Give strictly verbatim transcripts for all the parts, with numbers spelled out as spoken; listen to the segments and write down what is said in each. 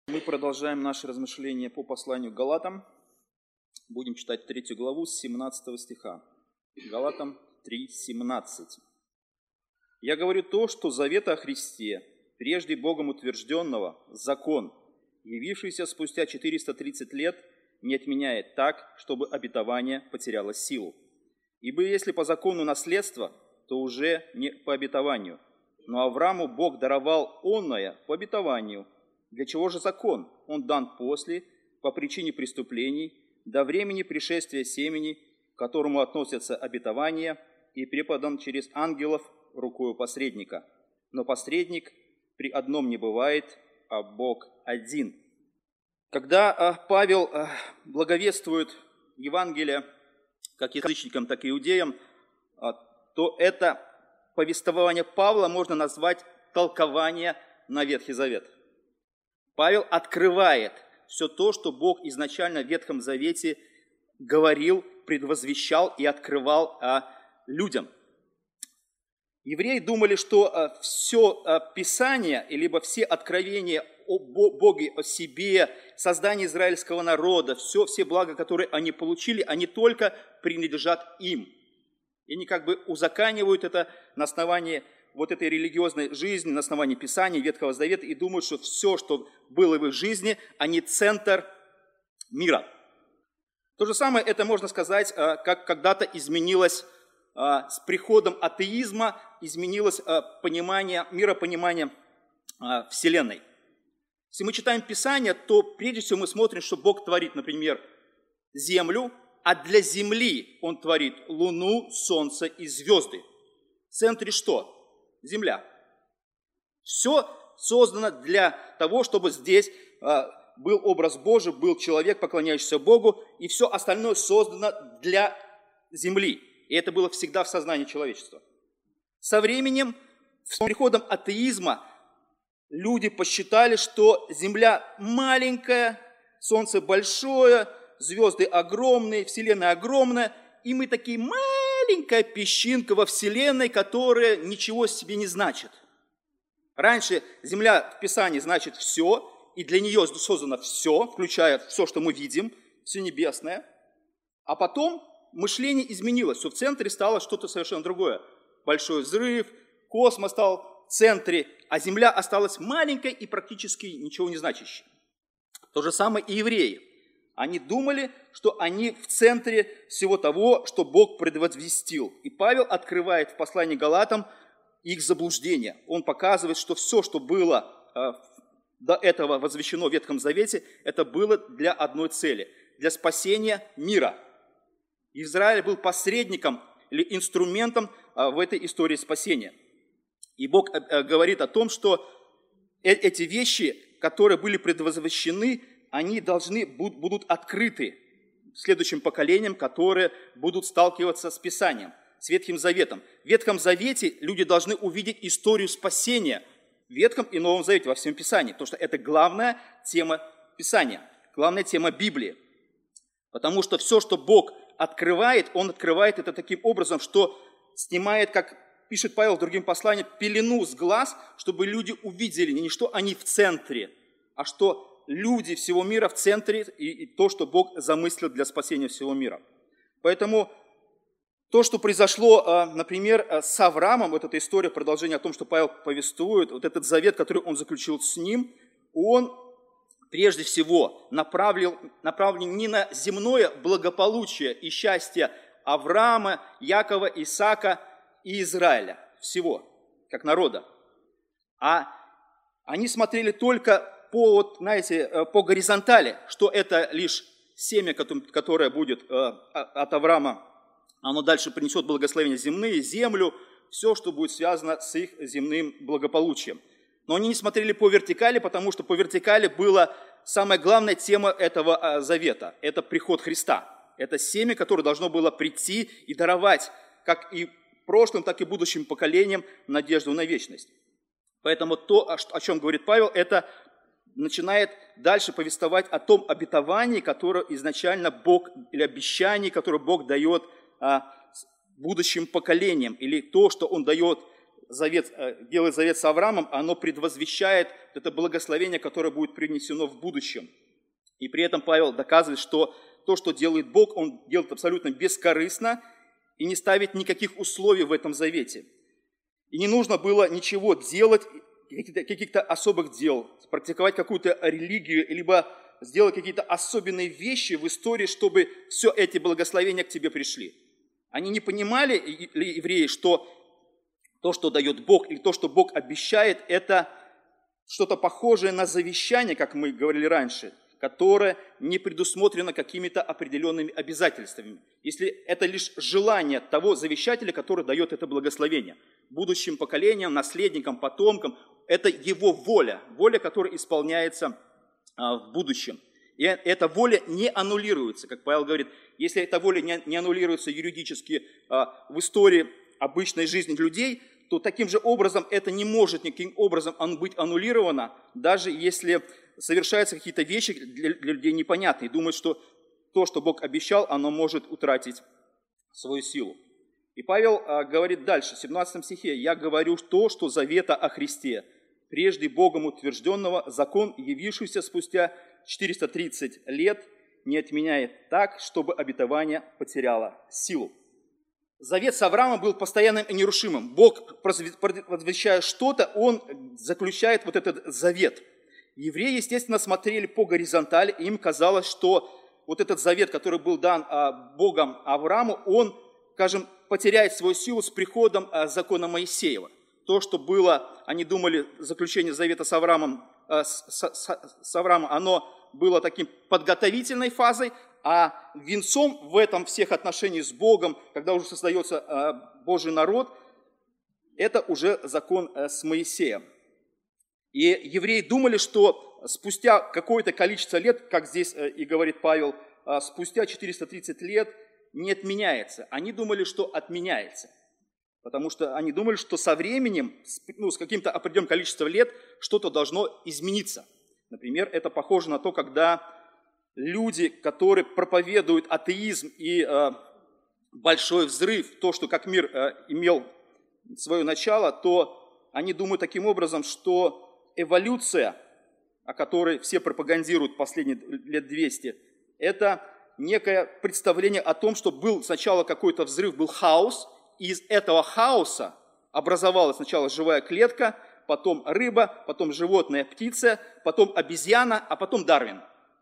Мы продолжаем наши размышления по посланию к Галатам. Будем читать третью главу с семнадцатого стиха. Галатам три, семнадцать. «Я говорю то, что завета о Христе, прежде Богом утвержденного, закон, явившийся спустя четыреста тридцать лет, не отменяет так, чтобы обетование потеряло силу. Ибо если по закону наследство, то уже не по обетованию, но Аврааму Бог даровал онное по обетованию. Для чего же закон? Он дан после, по причине преступлений, до времени пришествия семени, к которому относятся обетования, и преподан через ангелов рукою посредника. Но посредник при одном не бывает, а Бог один». Когда Павел благовествует Евангелие как язычникам, так и иудеям, то это повествование Павла можно назвать толкование на Ветхий Завет. Павел открывает все то, что Бог изначально в Ветхом Завете говорил, предвозвещал и открывал людям. Евреи думали, что все Писание, либо все откровения о Боге, о себе, создании израильского народа, все, все блага, которые они получили, они только принадлежат им. И они как бы узаканивают это на основании вот этой религиозной жизни, на основании Писания, Ветхого Завета, и думают, что все, что было в их жизни, они центр мира. То же самое это можно сказать, как когда-то изменилось с приходом атеизма, изменилось понимание, миропонимание Вселенной. Если мы читаем Писание, то прежде всего мы смотрим, что Бог творит, например, землю, а для земли Он творит луну, солнце и звезды. В центре что? Земля. Все создано для того, чтобы здесь был образ Божий, был человек, поклоняющийся Богу, и все остальное создано для земли. И это было всегда в сознании человечества. Со временем, с приходом атеизма, люди посчитали, что Земля маленькая, Солнце большое, звезды огромные, Вселенная огромная, и мы такие маленькая песчинка во Вселенной, которая ничего себе не значит. Раньше Земля в Писании значит все, и для нее создано все, включая все, что мы видим, все небесное. А потом мышление изменилось, все в центре стало что-то совершенно другое. Большой взрыв, космос стал в центре, а Земля осталась маленькой и практически ничего не значащей. То же самое и евреи. Они думали, что они в центре всего того, что Бог предвозвестил. И Павел открывает в послании к Галатам их заблуждение. Он показывает, что все, что было э, до этого возвещено в Ветхом Завете, это было для одной цели – для спасения мира. Израиль был посредником или инструментом э, в этой истории спасения. И Бог э, говорит о том, что э- эти вещи, которые были предвозвещены, они должны будут открыты следующим поколениям, которые будут сталкиваться с Писанием, с Ветхим Заветом. В Ветхом Завете люди должны увидеть историю спасения в Ветхом и Новом Завете, во всем Писании, потому что это главная тема Писания, главная тема Библии. Потому что все, что Бог открывает, Он открывает это таким образом, что снимает, как пишет Павел в другим посланиях, пелену с глаз, чтобы люди увидели не что они в центре, а что люди всего мира в центре и, и то, что Бог замыслил для спасения всего мира. Поэтому то, что произошло, например, с Авраамом, вот эта история, продолжение о том, что Павел повествует, вот этот завет, который он заключил с ним, он прежде всего направлен, направлен не на земное благополучие и счастье Авраама, Якова, Исаака и Израиля, всего, как народа, а они смотрели только по, вот, знаете, по горизонтали, что это лишь семя, которое будет от Авраама, оно дальше принесет благословения земные, землю, все, что будет связано с их земным благополучием. Но они не смотрели по вертикали, потому что по вертикали была самая главная тема этого завета. Это приход Христа. Это семя, которое должно было прийти и даровать, как и прошлым, так и будущим поколениям, надежду на вечность. Поэтому то, о чем говорит Павел, это начинает дальше повествовать о том обетовании, которое изначально Бог, или обещании, которое Бог дает а, будущим поколениям, или то, что Он дает завет, делает завет с Авраамом, оно предвозвещает это благословение, которое будет принесено в будущем. И при этом Павел доказывает, что то, что делает Бог, Он делает абсолютно бескорыстно и не ставит никаких условий в этом завете. И не нужно было ничего делать, каких-то особых дел, практиковать какую-то религию, либо сделать какие-то особенные вещи в истории, чтобы все эти благословения к тебе пришли. Они не понимали, евреи, что то, что дает Бог, или то, что Бог обещает, это что-то похожее на завещание, как мы говорили раньше, которое не предусмотрено какими-то определенными обязательствами. Если это лишь желание того завещателя, который дает это благословение. Будущим поколениям, наследникам, потомкам, это его воля, воля, которая исполняется а, в будущем. И эта воля не аннулируется, как Павел говорит, если эта воля не, не аннулируется юридически а, в истории обычной жизни людей, то таким же образом это не может никаким образом быть аннулировано, даже если совершаются какие-то вещи для, для людей непонятные, думают, что то, что Бог обещал, оно может утратить свою силу. И Павел а, говорит дальше, в семнадцатом стихе, «Я говорю то, что завета о Христе, прежде Богом утвержденного, закон, явившийся спустя четыреста тридцать лет, не отменяет так, чтобы обетование потеряло силу». Завет с Авраамом был постоянным и нерушимым. Бог, возвещая что-то, Он заключает вот этот завет. Евреи, естественно, смотрели по горизонтали, и им казалось, что вот этот завет, который был дан Богом Аврааму, он, скажем, потеряет свою силу с приходом закона Моисеева. То, что было, они думали, заключение завета с Авраамом, с, с, с Авраамом, оно было таким подготовительной фазой, а венцом в этом всех отношениях с Богом, когда уже создается Божий народ, это уже закон с Моисеем. И евреи думали, что спустя какое-то количество лет, как здесь и говорит Павел, спустя четыреста тридцать лет не отменяется. Они думали, что отменяется. Потому что они думали, что со временем, ну, с каким-то определенным количеством лет, что-то должно измениться. Например, это похоже на то, когда люди, которые проповедуют атеизм и э, большой взрыв, то, что как мир э, имел свое начало, то они думают таким образом, что эволюция, о которой все пропагандируют последние лет двести, это некое представление о том, что был сначала какой-то взрыв, был хаос, и из этого хаоса образовалась сначала живая клетка, потом рыба, потом животное, птица, потом обезьяна, а потом Дарвин.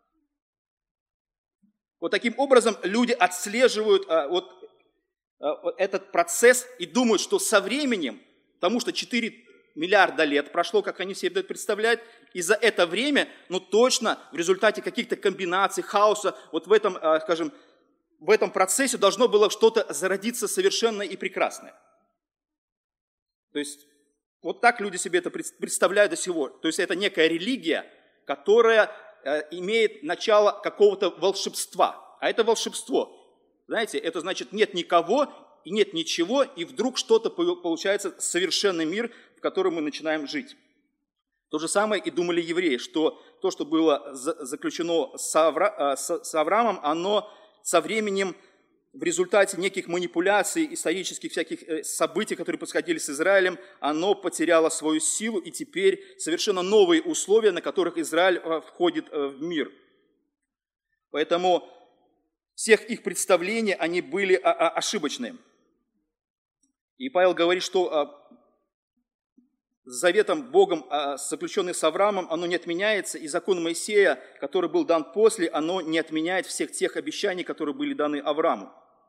Вот таким образом люди отслеживают а, вот, а, вот этот процесс и думают, что со временем, потому что четыре миллиарда лет прошло, как они себе это представляют, и за это время, ну точно в результате каких-то комбинаций, хаоса, вот в этом, а, скажем, в этом процессе должно было что-то зародиться совершенное и прекрасное. То есть вот так люди себе это представляют до сих пор. То есть это некая религия, которая э, имеет начало какого-то волшебства. А это волшебство. Знаете, это значит нет никого и нет ничего, и вдруг что-то получается совершенный мир, в котором мы начинаем жить. То же самое и думали евреи, что то, что было заключено с, Авра... с Авраамом, оно со временем в результате неких манипуляций, исторических всяких событий, которые происходили с Израилем, оно потеряло свою силу, и теперь совершенно новые условия, на которых Израиль входит в мир. Поэтому всех их представления, они были ошибочные. И Павел говорит, что с заветом Богом, заключенный с Авраамом, оно не отменяется, и закон Моисея, который был дан после, оно не отменяет всех тех обещаний, которые были даны Аврааму.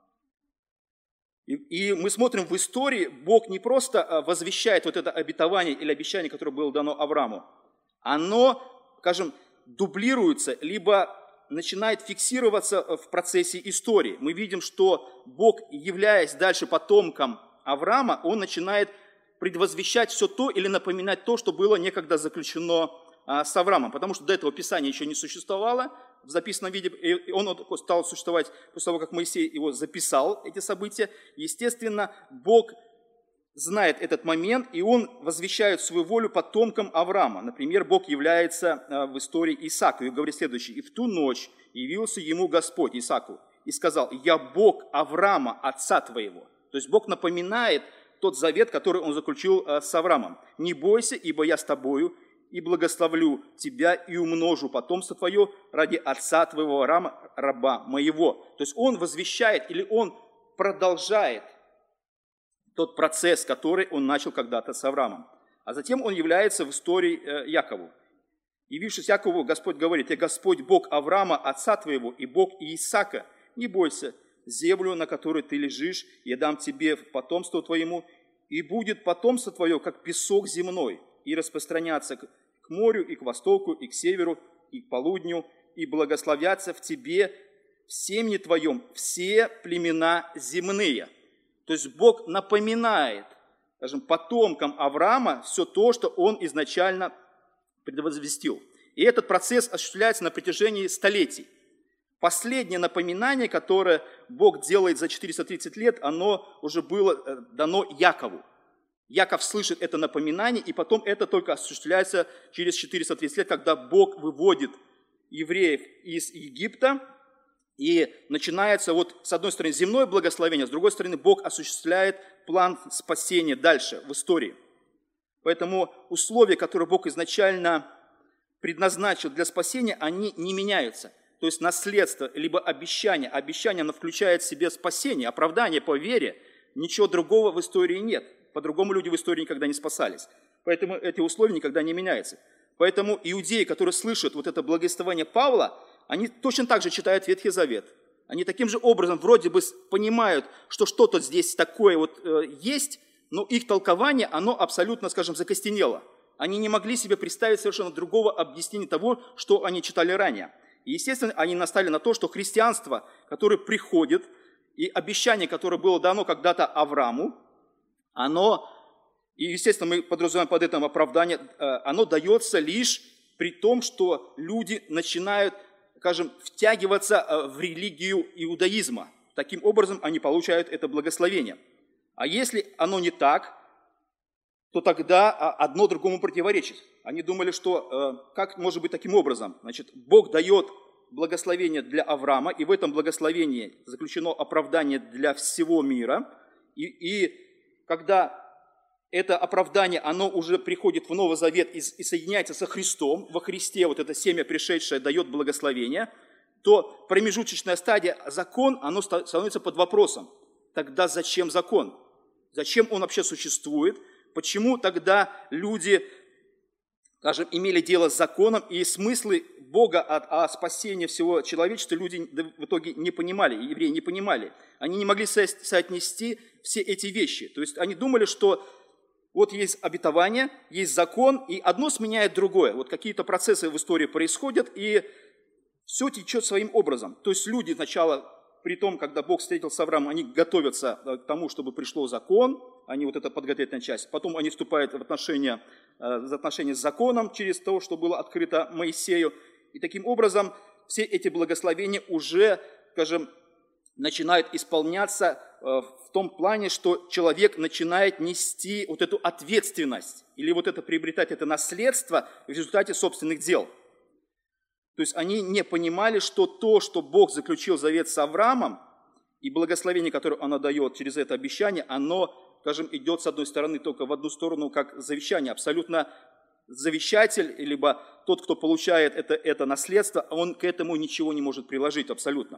И, и мы смотрим в истории, Бог не просто возвещает вот это обетование или обещание, которое было дано Аврааму, оно, скажем, дублируется, либо начинает фиксироваться в процессе истории. Мы видим, что Бог, являясь дальше потомком Авраама, он начинает предвозвещать все то или напоминать то, что было некогда заключено а, с Авраамом. Потому что до этого Писания еще не существовало в записанном виде, и он стал существовать после того, как Моисей его записал, эти события. Естественно, Бог знает этот момент, и он возвещает свою волю потомкам Авраама. Например, Бог является а, в истории Исааку и говорит следующее. «И в ту ночь явился ему Господь, Исааку, и сказал, я Бог Авраама, отца твоего». То есть Бог напоминает тот завет, который он заключил с Авраамом. «Не бойся, ибо я с тобою, и благословлю тебя, и умножу потомство твое ради отца твоего Авраама, раба моего». То есть он возвещает, или он продолжает тот процесс, который он начал когда-то с Авраамом. А затем он является в истории Якову. «Явившись Якову, Господь говорит: я Господь Бог Авраама, отца твоего, и Бог Иисака. Не бойся, землю, на которой ты лежишь, я дам тебе в потомство твоему, и будет потомство твое, как песок земной, и распространяться к морю, и к востоку, и к северу, и к полудню, и благословятся в тебе, в семени твоем, все племена земные». То есть Бог напоминает, скажем, потомкам Авраама все то, что он изначально предвозвестил. И этот процесс осуществляется на протяжении столетий. Последнее напоминание, которое Бог делает за четыреста тридцать лет, оно уже было дано Якову. Яков слышит это напоминание, и потом это только осуществляется через четыреста тридцать лет, когда Бог выводит евреев из Египта, и начинается вот с одной стороны земное благословение, с другой стороны Бог осуществляет план спасения дальше в истории. Поэтому условия, которые Бог изначально предназначил для спасения, они не меняются. То есть наследство, либо обещание. Обещание, оно включает в себе спасение, оправдание по вере. Ничего другого в истории нет. По-другому люди в истории никогда не спасались. Поэтому эти условия никогда не меняются. Поэтому иудеи, которые слышат вот это благовествование Павла, они точно так же читают Ветхий Завет. Они таким же образом вроде бы понимают, что что-то здесь такое вот э, есть, но их толкование, оно абсолютно, скажем, закостенело. Они не могли себе представить совершенно другого объяснения того, что они читали ранее. И, естественно, они настали на то, что христианство, которое приходит, и обещание, которое было дано когда-то Аврааму, оно, и, естественно, мы подразумеваем под этим оправдание, оно дается лишь при том, что люди начинают, скажем, втягиваться в религию иудаизма. Таким образом, они получают это благословение. А если оно не так, то тогда одно другому противоречит. Они думали, что как может быть таким образом? Значит, Бог дает благословение для Авраама, и в этом благословении заключено оправдание для всего мира. И, и когда это оправдание, оно уже приходит в Новый Завет и, и соединяется со Христом, во Христе вот это семя пришедшее дает благословение, то промежуточная стадия, закон, оно становится под вопросом. Тогда зачем закон? Зачем он вообще существует? Почему тогда люди, скажем, имели дело с законом, и смыслы Бога о, о спасении всего человечества люди в итоге не понимали, евреи не понимали. Они не могли со- соотнести все эти вещи. То есть они думали, что вот есть обетование, есть закон, и одно сменяет другое. Вот какие-то процессы в истории происходят, и все течет своим образом. То есть люди сначала, при том, когда Бог встретил с Авраамом, они готовятся к тому, чтобы пришло закон, они вот эта подготовительная часть. Потом они вступают в отношения, в отношения с законом через то, что было открыто Моисею. И таким образом все эти благословения уже, скажем, начинают исполняться в том плане, что человек начинает нести вот эту ответственность или вот это приобретать это наследство в результате собственных дел. То есть они не понимали, что то, что Бог заключил завет с Авраамом, и благословение, которое оно дает через это обещание, оно, скажем, идет с одной стороны только в одну сторону, как завещание. Абсолютно завещатель, либо тот, кто получает это, это наследство, он к этому ничего не может приложить абсолютно.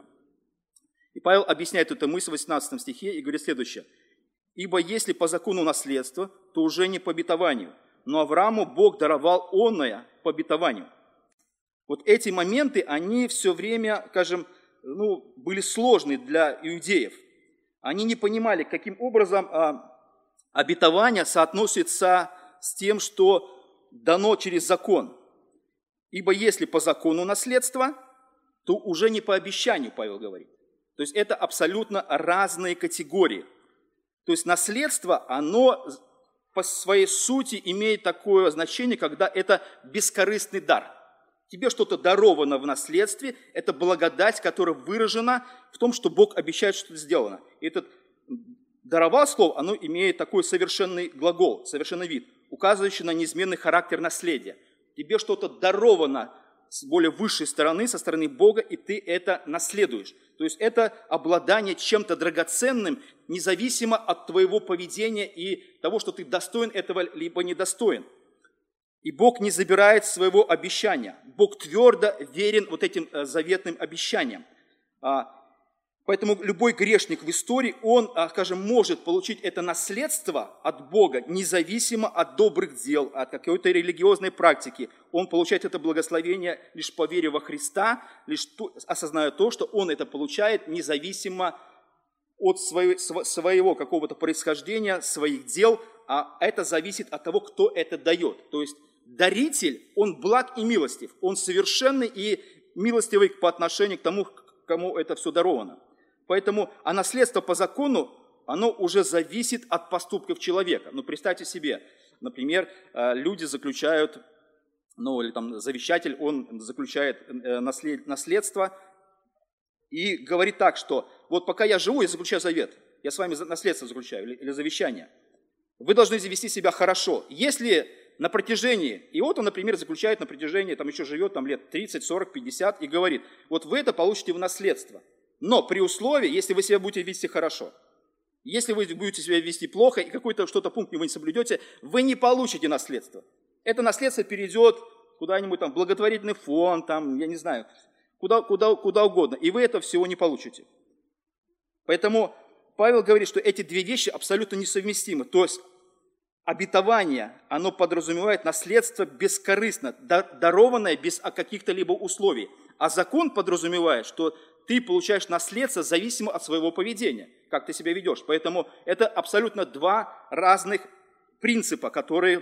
И Павел объясняет эту мысль в восемнадцатом стихе и говорит следующее. «Ибо если по закону наследство, то уже не по обетованию, но Аврааму Бог даровал оное по обетованию». Вот эти моменты, они все время, скажем, ну, были сложны для иудеев. Они не понимали, каким образом а, обетование соотносится с тем, что дано через закон. Ибо если по закону наследство, то уже не по обещанию, Павел говорит. То есть это абсолютно разные категории. То есть наследство, оно по своей сути имеет такое значение, когда это бескорыстный дар. Тебе что-то даровано в наследстве, это благодать, которая выражена в том, что Бог обещает, что это сделано. И этот даровал слово, оно имеет такой совершенный глагол, совершенный вид, указывающий на неизменный характер наследия. Тебе что-то даровано с более высшей стороны, со стороны Бога, и ты это наследуешь. То есть это обладание чем-то драгоценным, независимо от твоего поведения и того, что ты достоин этого, либо недостоин. И Бог не забирает своего обещания. Бог твердо верен вот этим заветным обещаниям. Поэтому любой грешник в истории, он, скажем, может получить это наследство от Бога, независимо от добрых дел, от какой-то религиозной практики. Он получает это благословение лишь по вере во Христа, лишь то, осознавая то, что он это получает независимо от своего, своего какого-то происхождения, своих дел, а это зависит от того, кто это дает. То есть даритель, он благ и милостив, он совершенный и милостивый по отношению к тому, кому это все даровано. Поэтому, а наследство по закону, оно уже зависит от поступков человека. Ну, представьте себе, например, люди заключают, ну, или там завещатель, он заключает наследство и говорит так, что вот пока я живу, я заключаю завет, я с вами наследство заключаю или завещание. Вы должны вести себя хорошо. Если на протяжении, и вот он, например, заключает на протяжении, там еще живет там лет тридцать, сорок, пятьдесят, и говорит, вот вы это получите в наследство. Но при условии, если вы себя будете вести хорошо. Если вы будете себя вести плохо и какой-то что-то пункт вы не соблюдете, вы не получите наследство. Это наследство перейдет куда-нибудь там в благотворительный фонд, там, я не знаю, куда, куда, куда угодно. И вы этого всего не получите. Поэтому Павел говорит, что эти две вещи абсолютно несовместимы. То есть обетование, оно подразумевает наследство бескорыстно, дарованное без каких-то либо условий. А закон подразумевает, что ты получаешь наследство зависимо от своего поведения, как ты себя ведешь. Поэтому это абсолютно два разных принципа, которые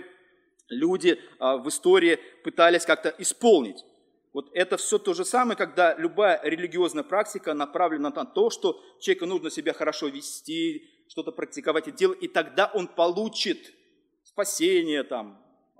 люди в истории пытались как-то исполнить. Вот это все то же самое, когда любая религиозная практика направлена на то, что человеку нужно себя хорошо вести, что-то практиковать и делать, и тогда он получит спасение, там,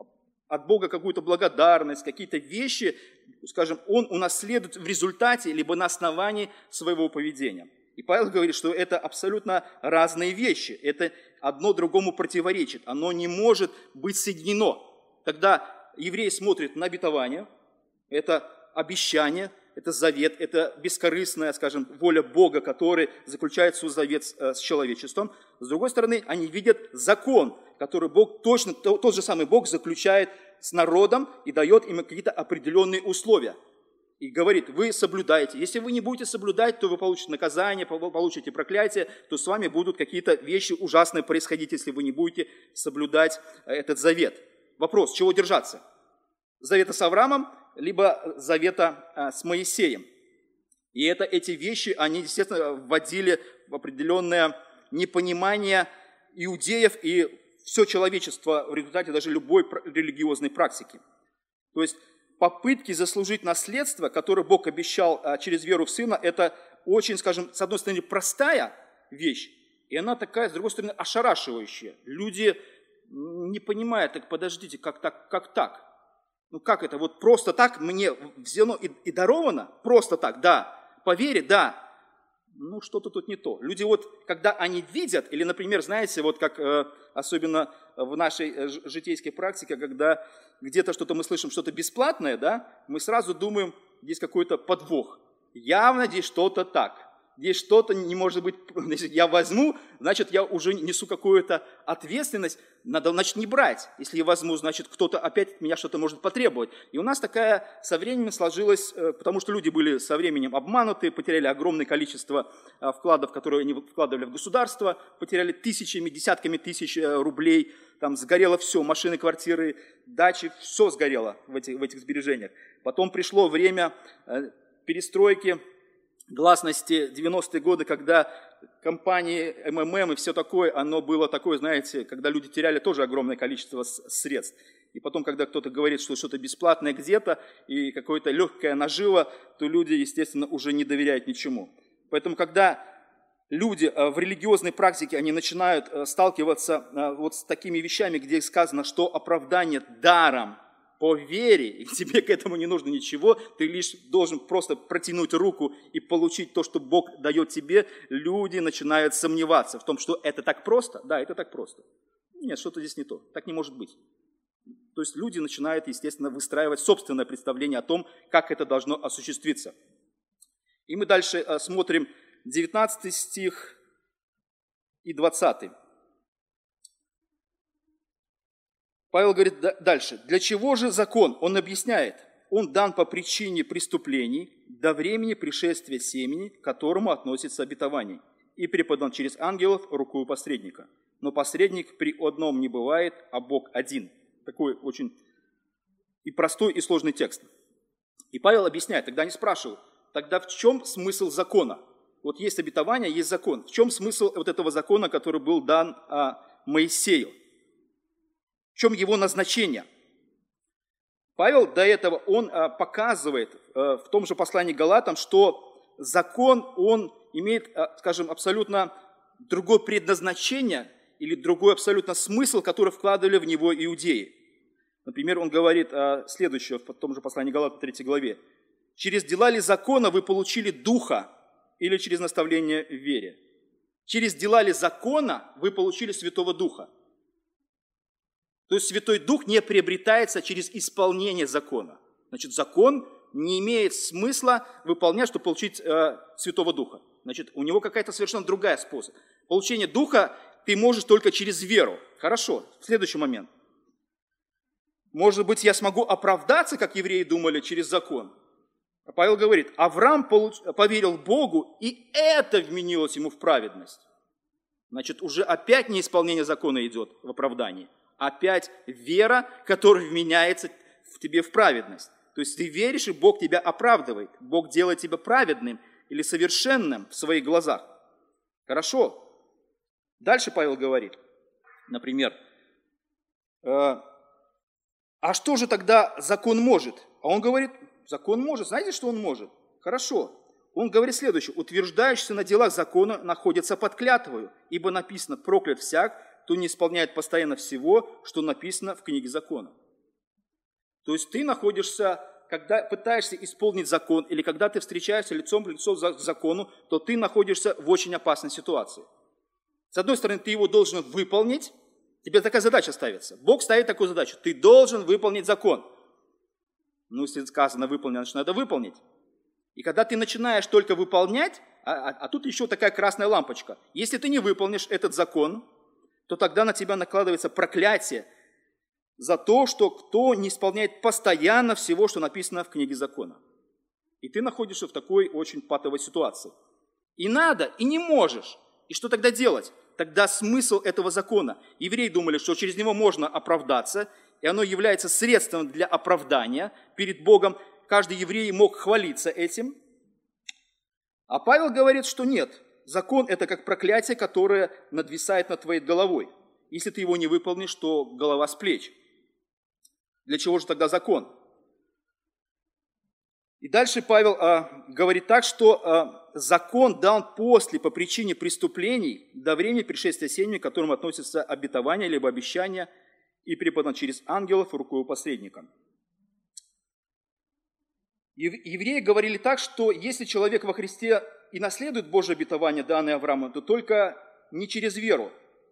от Бога какую-то благодарность, какие-то вещи, скажем, он унаследует в результате, либо на основании своего поведения. И Павел говорит, что это абсолютно разные вещи, это одно другому противоречит, оно не может быть соединено. Когда еврей смотрит на обетование, это обещание, это завет, это бескорыстная, скажем, воля Бога, который заключает свой завет с человечеством. С другой стороны, они видят закон, который Бог, точно тот же самый Бог заключает с народом и дает им какие-то определенные условия. И говорит, вы соблюдаете. Если вы не будете соблюдать, то вы получите наказание, получите проклятие, то с вами будут какие-то вещи ужасные происходить, если вы не будете соблюдать этот завет. Вопрос, чего держаться? Завета с Авраамом, либо завета с Моисеем. И это, эти вещи, они, естественно, вводили в определенное непонимание иудеев и все человечество в результате даже любой религиозной практики. То есть попытки заслужить наследство, которое Бог обещал через веру в Сына, это очень, скажем, с одной стороны, простая вещь, и она такая, с другой стороны, ошарашивающая. Люди не понимают, так подождите, как так, как так? Ну как это, вот просто так мне взяно и, и даровано? Просто так, да. По вере, да. Ну что-то тут не то. Люди вот, когда они видят, или, например, знаете, вот как э, особенно в нашей э, житейской практике, когда где-то что-то мы слышим, что-то бесплатное, да, мы сразу думаем, здесь какой-то подвох. Явно здесь что-то так. Здесь что-то не может быть, если я возьму, значит, я уже несу какую-то ответственность, надо, значит, не брать. Если я возьму, значит, кто-то опять от меня что-то может потребовать. И у нас такая со временем сложилась, потому что люди были со временем обмануты, потеряли огромное количество вкладов, которые они вкладывали в государство, потеряли тысячами, десятками тысяч рублей, там сгорело все, машины, квартиры, дачи, все сгорело в этих, в этих сбережениях. Потом пришло время перестройки, гласности девяностые годы, когда компании эм эм эм и все такое, оно было такое, знаете, когда люди теряли тоже огромное количество средств. И потом, когда кто-то говорит, что что-то бесплатное где-то и какое-то легкое наживо, то люди, естественно, уже не доверяют ничему. Поэтому, когда люди в религиозной практике, они начинают сталкиваться вот с такими вещами, где сказано, что оправдание даром по вере, и тебе к этому не нужно ничего, ты лишь должен просто протянуть руку и получить то, что Бог дает тебе, люди начинают сомневаться в том, что это так просто. Да, это так просто. Нет, что-то здесь не то. Так не может быть. То есть люди начинают, естественно, выстраивать собственное представление о том, как это должно осуществиться. И мы дальше смотрим девятнадцатый стих и двадцатый. Павел говорит дальше. Для чего же закон? Он объясняет. Он дан по причине преступлений до времени пришествия семени, к которому относится обетование, и преподан через ангелов рукою посредника. Но посредник при одном не бывает, а Бог один. Такой очень и простой, и сложный текст. И Павел объясняет, тогда они спрашивают, тогда в чем смысл закона? Вот есть обетование, есть закон. В чем смысл вот этого закона, который был дан а, Моисею? В чем его назначение? Павел до этого, он а, показывает а, в том же послании к Галатам, что закон, он имеет, а, скажем, абсолютно другое предназначение или другой абсолютно смысл, который вкладывали в него иудеи. Например, он говорит а, следующее в том же послании к Галатам, третьей главе. «Через дела ли закона вы получили духа или через наставление в вере? Через дела ли закона вы получили Святого Духа?» То есть Святой Дух не приобретается через исполнение закона. Значит, закон не имеет смысла выполнять, чтобы получить э, Святого Духа. Значит, у него какая-то совершенно другая способ. Получение Духа ты можешь только через веру. Хорошо, следующий момент. Может быть, я смогу оправдаться, как евреи думали, через закон. А Павел говорит, Авраам получ... поверил Богу, и это вменилось ему в праведность. Значит, уже опять не исполнение закона идет в оправдании. Опять вера, которая вменяется в тебе в праведность. То есть ты веришь, и Бог тебя оправдывает. Бог делает тебя праведным или совершенным в своих глазах. Хорошо. Дальше Павел говорит, например, э, а что же тогда закон может? А он говорит, закон может. Знаете, что он может? Хорошо. Он говорит следующее. Утверждающийся на делах закона находится под клятвою, ибо написано, проклят всяк, кто не исполняет постоянно всего, что написано в книге закона. То есть ты находишься, когда пытаешься исполнить закон, или когда ты встречаешься лицом к лицу к закону, то ты находишься в очень опасной ситуации. С одной стороны, ты его должен выполнить, тебе такая задача ставится. Бог ставит такую задачу, ты должен выполнить закон. Ну, если сказано выполнить, значит, надо выполнить. И когда ты начинаешь только выполнять, а, а, а тут еще такая красная лампочка, если ты не выполнишь этот закон, то тогда на тебя накладывается проклятие за то, что кто не исполняет постоянно всего, что написано в книге закона. И ты находишься в такой очень патовой ситуации. И надо, и не можешь. И что тогда делать? Тогда смысл этого закона. Евреи думали, что через него можно оправдаться, и оно является средством для оправдания перед Богом. Каждый еврей мог хвалиться этим. А Павел говорит, что нет. Закон – это как проклятие, которое надвисает над твоей головой. Если ты его не выполнишь, то голова с плеч. Для чего же тогда закон? И дальше Павел а, говорит так, что а, закон дан после, по причине преступлений, до времени пришествия семени, к которому относятся обетования либо обещания, и преподан через ангелов рукою посредника. Евреи говорили так, что если человек во Христе и наследует Божье обетование, данное Аврааму, то только не через веру,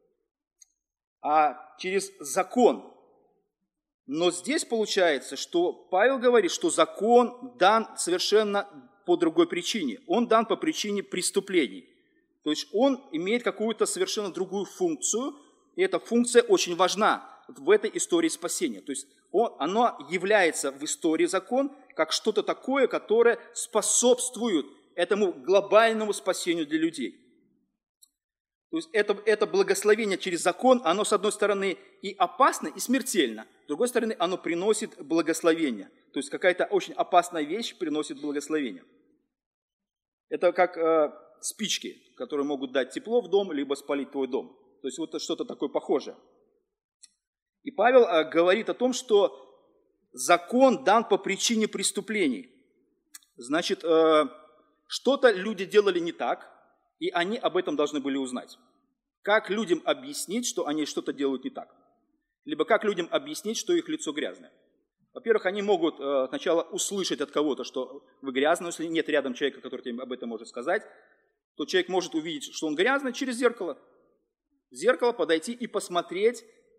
а через закон. Но здесь получается, что Павел говорит, что закон дан совершенно по другой причине. Он дан по причине преступлений. То есть он имеет какую-то совершенно другую функцию, и эта функция очень важна в этой истории спасения. То есть он, оно является в истории закон как что-то такое, которое способствует этому глобальному спасению для людей. То есть это, это благословение через закон, оно с одной стороны и опасно, и смертельно, с другой стороны оно приносит благословение. То есть какая-то очень опасная вещь приносит благословение. Это как э, спички, которые могут дать тепло в дом, либо спалить твой дом. То есть вот что-то такое похожее. И Павел э, говорит о том, что закон дан по причине преступлений. Значит, э, что-то люди делали не так, и они об этом должны были узнать. Как людям объяснить, что они что-то делают не так? Либо как людям объяснить, что их лицо грязное? Во-первых, они могут э, сначала услышать от кого-то, что вы грязны, если нет рядом человека, который тебе об этом может сказать, то человек может увидеть, что он грязный через зеркало. В зеркало подойти и посмотреть,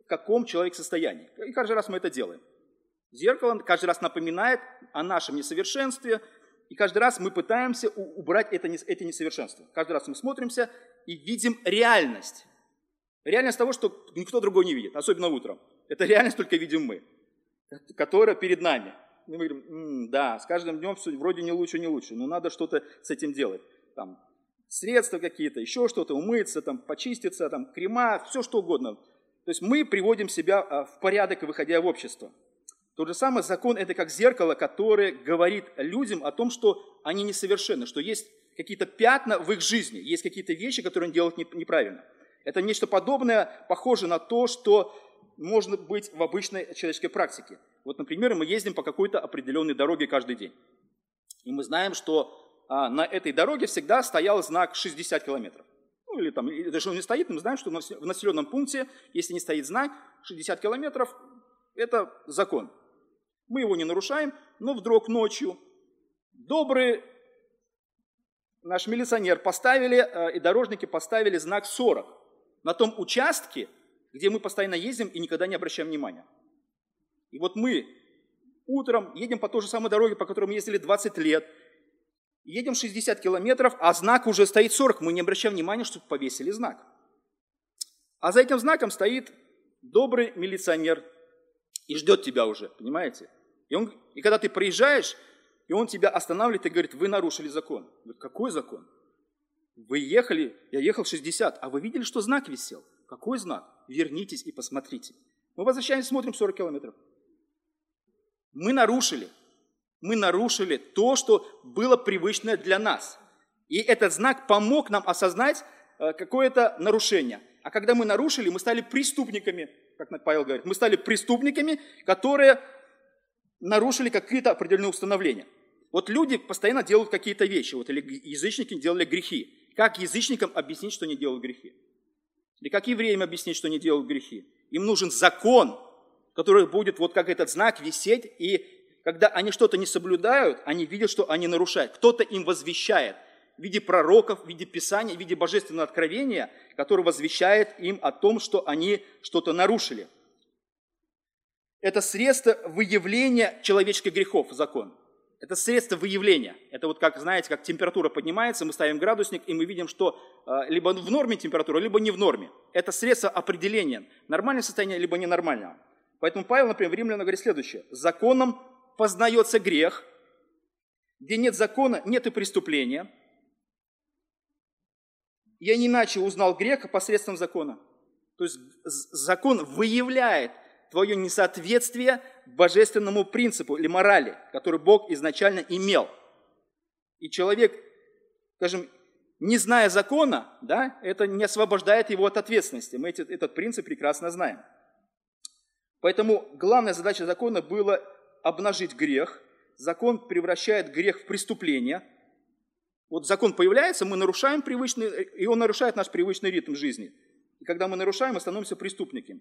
в каком человек состоянии. И каждый раз мы это делаем. Зеркало каждый раз напоминает о нашем несовершенстве, и каждый раз мы пытаемся убрать это, эти несовершенства. Каждый раз мы смотримся и видим реальность. Реальность того, что никто другой не видит, особенно утром. Это реальность только видим мы, которая перед нами. Мы говорим, м-м, да, с каждым днем все вроде не лучше, не лучше, но надо что-то с этим делать. Там, средства какие-то, еще что-то, умыться, там, почиститься, там, крема, все что угодно. То есть мы приводим себя в порядок, выходя в общество. То же самое закон – это как зеркало, которое говорит людям о том, что они несовершенны, что есть какие-то пятна в их жизни, есть какие-то вещи, которые они делают неправильно. Это нечто подобное, похоже на то, что можно быть в обычной человеческой практике. Вот, например, мы ездим по какой-то определенной дороге каждый день. И мы знаем, что а, на этой дороге всегда стоял знак шестьдесят километров. Ну, или там, даже он не стоит, мы знаем, что в населенном пункте, если не стоит знак шестьдесят километров, это закон. Мы его не нарушаем, но вдруг ночью добрый наш милиционер поставили, и дорожники поставили знак сорок на том участке, где мы постоянно ездим и никогда не обращаем внимания. И вот мы утром едем по той же самой дороге, по которой мы ездили двадцать лет, едем шестьдесят километров, а знак уже стоит сорок, мы не обращаем внимания, что повесили знак. А за этим знаком стоит добрый милиционер и ждет тебя уже, понимаете? И, он, и когда ты приезжаешь, и он тебя останавливает и говорит, вы нарушили закон. Говорит, какой закон? Вы ехали, я ехал шестьдесят, а вы видели, что знак висел? Какой знак? Вернитесь и посмотрите. Мы возвращаемся, смотрим сорок километров. Мы нарушили. Мы нарушили то, что было привычное для нас. И этот знак помог нам осознать какое-то нарушение. А когда мы нарушили, мы стали преступниками, как Павел говорит, мы стали преступниками, которые нарушили какие-то определенные установления. Вот люди постоянно делают какие-то вещи, вот, или язычники делали грехи. Как язычникам объяснить, что они делают грехи? Или как евреям объяснить, что они делают грехи? Им нужен закон, который будет вот как этот знак висеть, и когда они что-то не соблюдают, они видят, что они нарушают. Кто-то им возвещает в виде пророков, в виде Писания, в виде божественного откровения, который возвещает им о том, что они что-то нарушили. Это средство выявления человеческих грехов, закон. Это средство выявления. Это вот как, знаете, как температура поднимается, мы ставим градусник, и мы видим, что э, либо в норме температура, либо не в норме. Это средство определения нормального состояния, либо ненормального. Поэтому Павел, например, в Римлянам говорит следующее. Законом познается грех, где нет закона, нет и преступления. Я не иначе узнал грех посредством закона. То есть закон выявляет твое несоответствие божественному принципу или морали, который Бог изначально имел. И человек, скажем, не зная закона, да, это не освобождает его от ответственности. Мы этот, этот принцип прекрасно знаем. Поэтому главная задача закона была обнажить грех. Закон превращает грех в преступление. Вот закон появляется, мы нарушаем привычный, и он нарушает наш привычный ритм жизни. И когда мы нарушаем, мы становимся преступниками.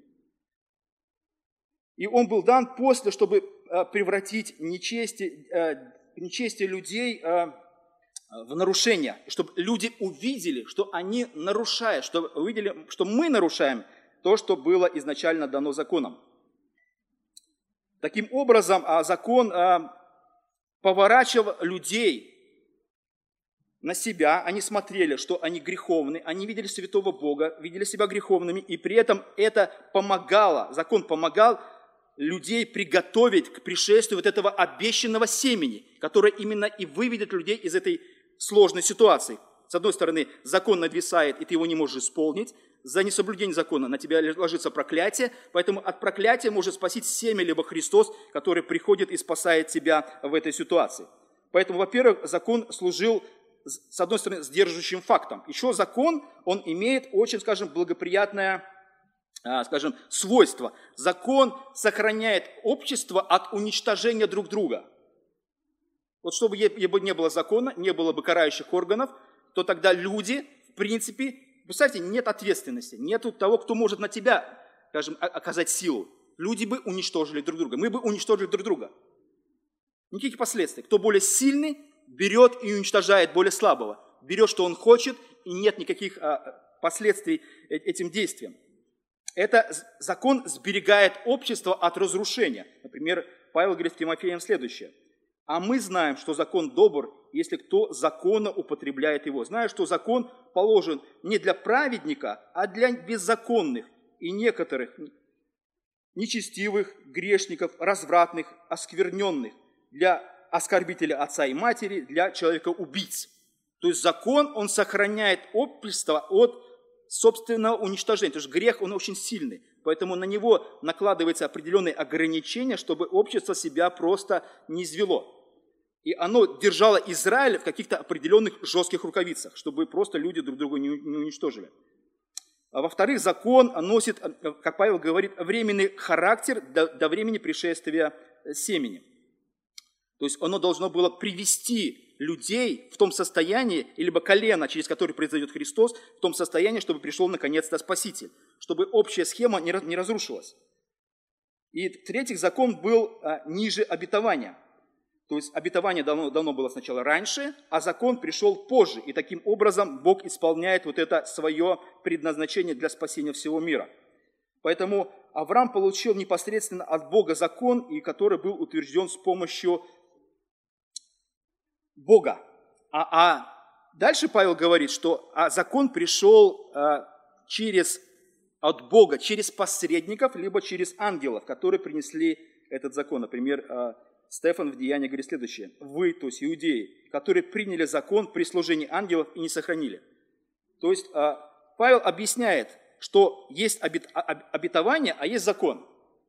И он был дан после, чтобы превратить нечестие, нечестие людей в нарушение. Чтобы люди увидели, что они нарушают, что увидели, что мы нарушаем то, что было изначально дано законом. Таким образом, закон поворачивал людей на себя, они смотрели, что они греховны, они видели святого Бога, видели себя греховными, и при этом это помогало, закон помогал людей приготовить к пришествию вот этого обещанного семени, которое именно и выведет людей из этой сложной ситуации. С одной стороны, закон нависает, и ты его не можешь исполнить. За несоблюдение закона на тебя ложится проклятие, поэтому от проклятия может спасить семя, либо Христос, который приходит и спасает тебя в этой ситуации. Поэтому, во-первых, закон служил, с одной стороны, сдерживающим фактом. Еще закон, он имеет очень, скажем, благоприятное, скажем, свойство. Закон сохраняет общество от уничтожения друг друга. Вот чтобы не было закона, не было бы карающих органов, то тогда люди, в принципе, представьте, нет ответственности, нет того, кто может на тебя, скажем, оказать силу. Люди бы уничтожили друг друга, мы бы уничтожили друг друга. Никаких последствий. Кто более сильный, берет и уничтожает более слабого. Берет, что он хочет, и нет никаких последствий этим действиям. Это закон сберегает общество от разрушения. Например, Павел говорит Тимофеям следующее. «А мы знаем, что закон добр, если кто законно употребляет его, зная, что закон положен не для праведника, а для беззаконных и некоторых нечестивых, грешников, развратных, оскверненных, для оскорбителя отца и матери, для человека-убийц». То есть закон, он сохраняет общество от собственного уничтожения. Потому что грех, он очень сильный. Поэтому на него накладываются определенные ограничения, чтобы общество себя просто не извело. И оно держало Израиль в каких-то определенных жестких рукавицах, чтобы просто люди друг друга не уничтожили. А во-вторых, закон носит, как Павел говорит, временный характер до, до времени пришествия семени. То есть оно должно было привести людей в том состоянии, либо колено, через которое произойдет Христос, в том состоянии, чтобы пришел наконец-то Спаситель, чтобы общая схема не разрушилась. И в-третьих, закон был а, ниже обетования. То есть обетование давно, давно было сначала раньше, а закон пришел позже. И таким образом Бог исполняет вот это свое предназначение для спасения всего мира. Поэтому Авраам получил непосредственно от Бога закон, и который был утвержден с помощью Бога. А, а дальше Павел говорит, что а закон пришел а, через, от Бога, через посредников, либо через ангелов, которые принесли этот закон. Например, а, Стефан в Деяниях говорит следующее. Вы, то есть иудеи, которые приняли закон при служении ангелов и не сохранили. То есть а, Павел объясняет, что есть обет, обетование, а есть закон.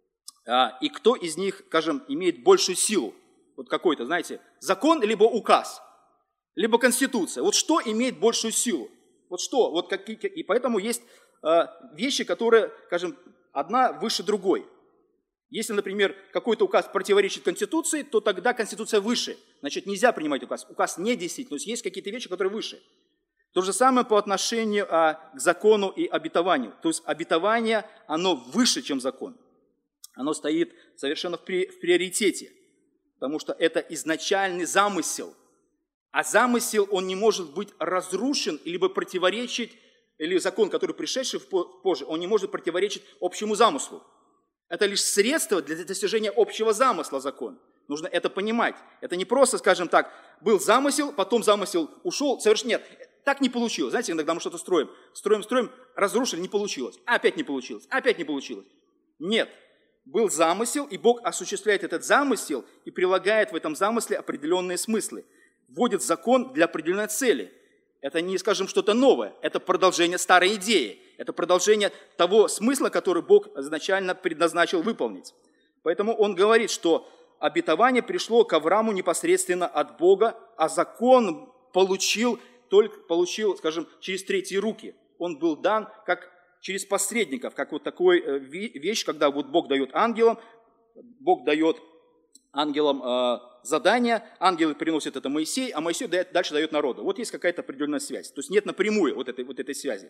А, и кто из них, скажем, имеет большую силу? Вот какой-то, знаете, закон, либо указ, либо конституция. Вот что имеет большую силу? Вот что? Вот какие, и поэтому есть э, вещи, которые, скажем, одна выше другой. Если, например, какой-то указ противоречит Конституции, то тогда Конституция выше. Значит, нельзя принимать указ. Указ не действительный. То есть есть какие-то вещи, которые выше. То же самое по отношению а, к закону и обетованию. То есть обетование, оно выше, чем закон. Оно стоит совершенно в, при, в приоритете. Потому что это изначальный замысел. А замысел, он не может быть разрушен, либо противоречить, или закон, который пришедший позже, он не может противоречить общему замыслу. Это лишь средство для достижения общего замысла закон. Нужно это понимать. Это не просто, скажем так, был замысел, потом замысел ушел. Совершенно нет. Так не получилось. Знаете, иногда мы что-то строим. Строим, строим, разрушили, не получилось. Опять не получилось. Опять не получилось. Нет. Был замысел, и Бог осуществляет этот замысел и прилагает в этом замысле определенные смыслы. Вводит закон для определенной цели. Это не, скажем, что-то новое. Это продолжение старой идеи. Это продолжение того смысла, который Бог изначально предназначил выполнить. Поэтому он говорит, что обетование пришло к Аврааму непосредственно от Бога, а закон получил, только, получил, скажем, через третьи руки. Он был дан как через посредников, как вот такой вещь, когда вот Бог дает ангелам, Бог дает ангелам э, задание, ангелы приносят это Моисей, а Моисей дает, дальше дает народу. Вот есть какая-то определенная связь. То есть нет напрямую вот этой, вот этой связи.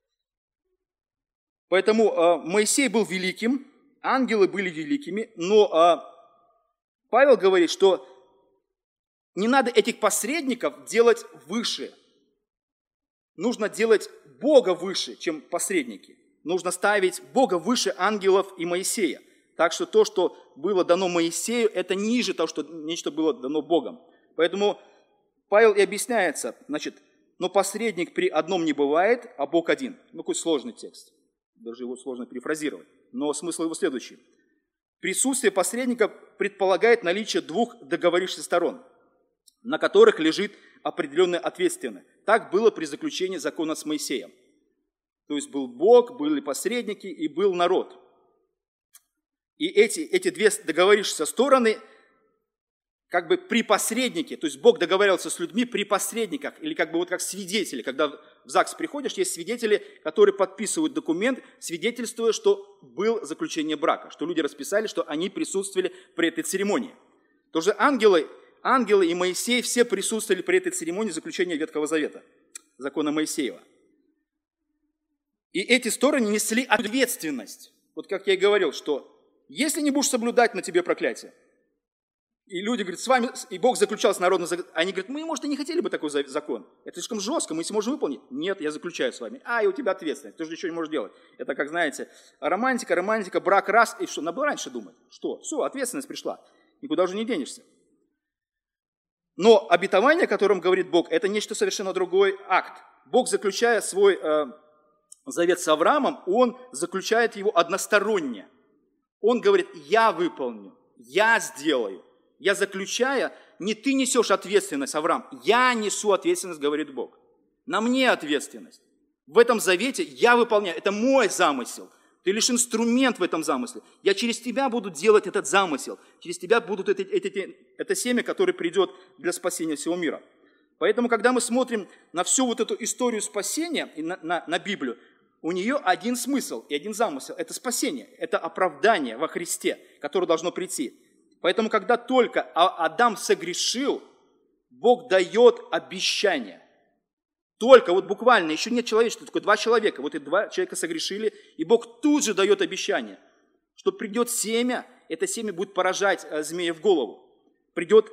Поэтому э, Моисей был великим, ангелы были великими, но э, Павел говорит, что не надо этих посредников делать выше. Нужно делать Бога выше, чем посредники. Нужно ставить Бога выше ангелов и Моисея. Так что то, что было дано Моисею, это ниже того, что нечто было дано Богом. Поэтому Павел и объясняется, значит, но посредник при одном не бывает, а Бог один. Ну, какой сложный текст. Даже его сложно перефразировать. Но смысл его следующий. Присутствие посредника предполагает наличие двух договорившихся сторон, на которых лежит определенная ответственность. Так было при заключении закона с Моисеем. То есть был Бог, были посредники и был народ. И эти, эти две договорившиеся стороны как бы при посреднике, то есть Бог договаривался с людьми при посредниках, или как бы вот как свидетели. Когда в ЗАГС приходишь, есть свидетели, которые подписывают документ, свидетельствуя, что было заключение брака, что люди расписали, что они присутствовали при этой церемонии. Тоже ангелы, ангелы и Моисей все присутствовали при этой церемонии заключения Ветхого Завета, закона Моисеева. И эти стороны несли ответственность. Вот как я и говорил, что если не будешь соблюдать, на тебе проклятие. И люди говорят, с вами, и Бог заключал с народом закон. Они говорят, мы, может, и не хотели бы такой закон. Это слишком жестко, мы сможем выполнить. Нет, я заключаю с вами. А, и у тебя ответственность, ты же ничего не можешь делать. Это, как знаете, романтика, романтика, брак раз, и что, надо было раньше думать. Что? Все, ответственность пришла. Никуда уже не денешься. Но обетование, о котором говорит Бог, это нечто совершенно другой акт. Бог, заключая свой э, завет с Авраамом, Он заключает его односторонне. Он говорит, я выполню, я сделаю. Я заключаю, не ты несешь ответственность, Авраам, я несу ответственность, говорит Бог. На мне ответственность. В этом завете я выполняю, это мой замысел. Ты лишь инструмент в этом замысле. Я через тебя буду делать этот замысел. Через тебя будут эти, эти, это семя, которое придет для спасения всего мира. Поэтому, когда мы смотрим на всю вот эту историю спасения, и на, на, на Библию, у нее один смысл и один замысел. Это спасение, это оправдание во Христе, которое должно прийти. Поэтому, когда только Адам согрешил, Бог дает обещание. Только, вот буквально, еще нет человечества, только два человека. Вот и два человека согрешили, и Бог тут же дает обещание, что придет семя, это семя будет поражать змея в голову. Придет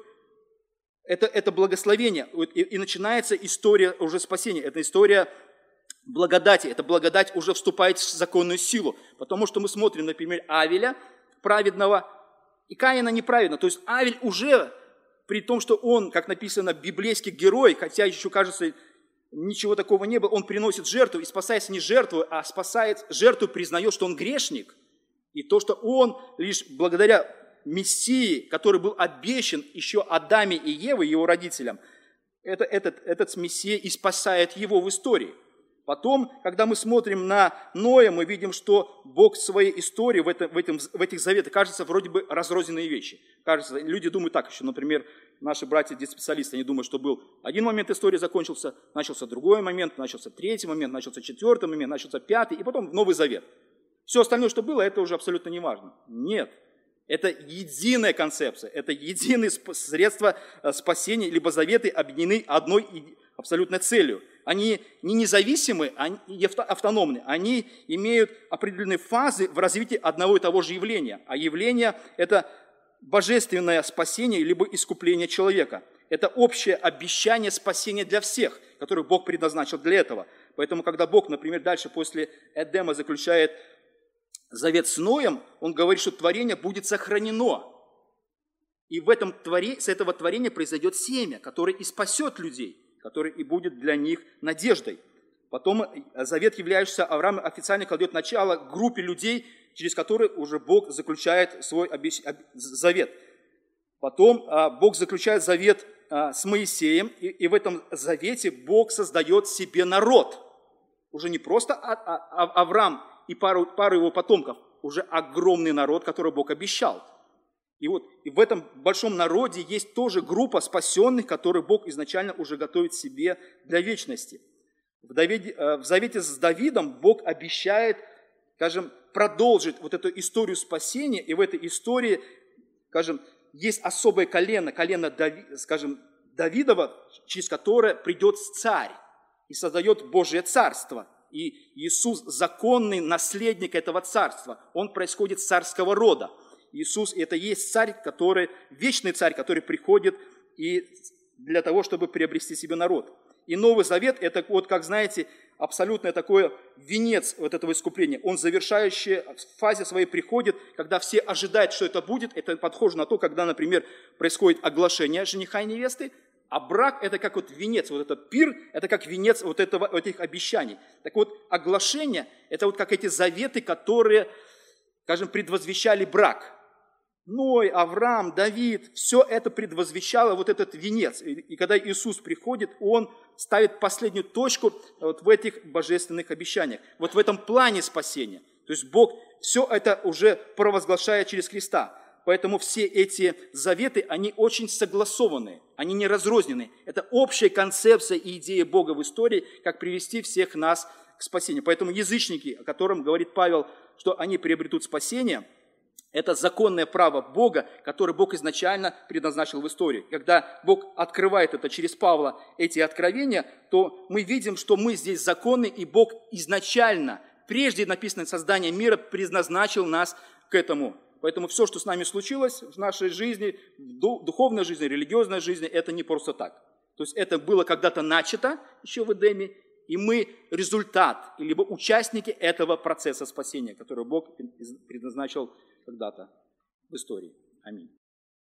это, это благословение, и, и начинается история уже спасения. Это история благодати. Эта благодать уже вступает в законную силу. Потому что мы смотрим, например, Авеля, праведного, и Каина неправедно. То есть Авель уже, при том, что он, как написано, библейский герой, хотя еще, кажется, ничего такого не было, он приносит жертву и спасается не жертвой, а спасает жертву, признает, что он грешник. И то, что он лишь благодаря Мессии, который был обещан еще Адаме и Еве, его родителям, это, этот, этот Мессия и спасает его в истории. Потом, когда мы смотрим на Ноя, мы видим, что Бог в своей истории, в, это, в, этом, в этих заветах, кажется, вроде бы разрозненные вещи. Кажется, люди думают так еще, например, наши братья-специалисты, они думают, что был один момент истории закончился, начался другой момент, начался третий момент, начался четвертый момент, начался пятый, и потом Новый Завет. Все остальное, что было, это уже абсолютно не важно. Нет. Это единая концепция, это единое средство спасения, либо заветы объединены одной абсолютной целью. Они не независимы, они автономны, они имеют определенные фазы в развитии одного и того же явления. А явление – это божественное спасение, либо искупление человека. Это общее обещание спасения для всех, которых Бог предназначил для этого. Поэтому, когда Бог, например, дальше после Эдема заключает завет с Ноем, он говорит, что творение будет сохранено. И в этом творении, с этого творения произойдет семя, которое и спасет людей, которое и будет для них надеждой. Потом завет, являющийся Авраамом, официально кладет начало группе людей, через которые уже Бог заключает свой обещ... завет. Потом Бог заключает завет с Моисеем, и, и в этом завете Бог создает себе народ. Уже не просто Авраам и пару, пару его потомков, уже огромный народ, который Бог обещал. И вот и в этом большом народе есть тоже группа спасенных, которые Бог изначально уже готовит себе для вечности. В, Давиде, в завете с Давидом Бог обещает, скажем, продолжить вот эту историю спасения, и в этой истории, скажем, есть особое колено, колено, Дави, скажем, Давидова, через которое придет царь и создает Божье царство. И Иисус – законный наследник этого царства. Он происходит с царского рода. Иисус – это есть царь, который, вечный царь, который приходит и для того, чтобы приобрести себе народ. И Новый Завет – это, вот, как знаете, абсолютно такой венец вот этого искупления. Он завершающий в фазе своей приходит, когда все ожидают, что это будет. Это похоже на то, когда, например, происходит оглашение жениха и невесты, а брак – это как вот венец, вот этот пир – это как венец вот этого, этих обещаний. Так вот, оглашение – это вот как эти заветы, которые, скажем, предвозвещали брак. Ной, Авраам, Давид – все это предвозвещало вот этот венец. И, и когда Иисус приходит, Он ставит последнюю точку вот в этих божественных обещаниях, вот в этом плане спасения. То есть Бог все это уже провозглашает через Христа. Поэтому все эти заветы, они очень согласованные, они не разрозненные. Это общая концепция и идея Бога в истории, как привести всех нас к спасению. Поэтому язычники, о котором говорит Павел, что они приобретут спасение, это законное право Бога, которое Бог изначально предназначил в истории. Когда Бог открывает это через Павла, эти откровения, то мы видим, что мы здесь законны, и Бог изначально, прежде написано создание мира, предназначил нас к этому. Поэтому все, что с нами случилось в нашей жизни, в духовной жизни, религиозной жизни, это не просто так. То есть это было когда-то начато еще в Эдеме, и мы результат, либо участники этого процесса спасения, который Бог предназначил когда-то в истории. Аминь.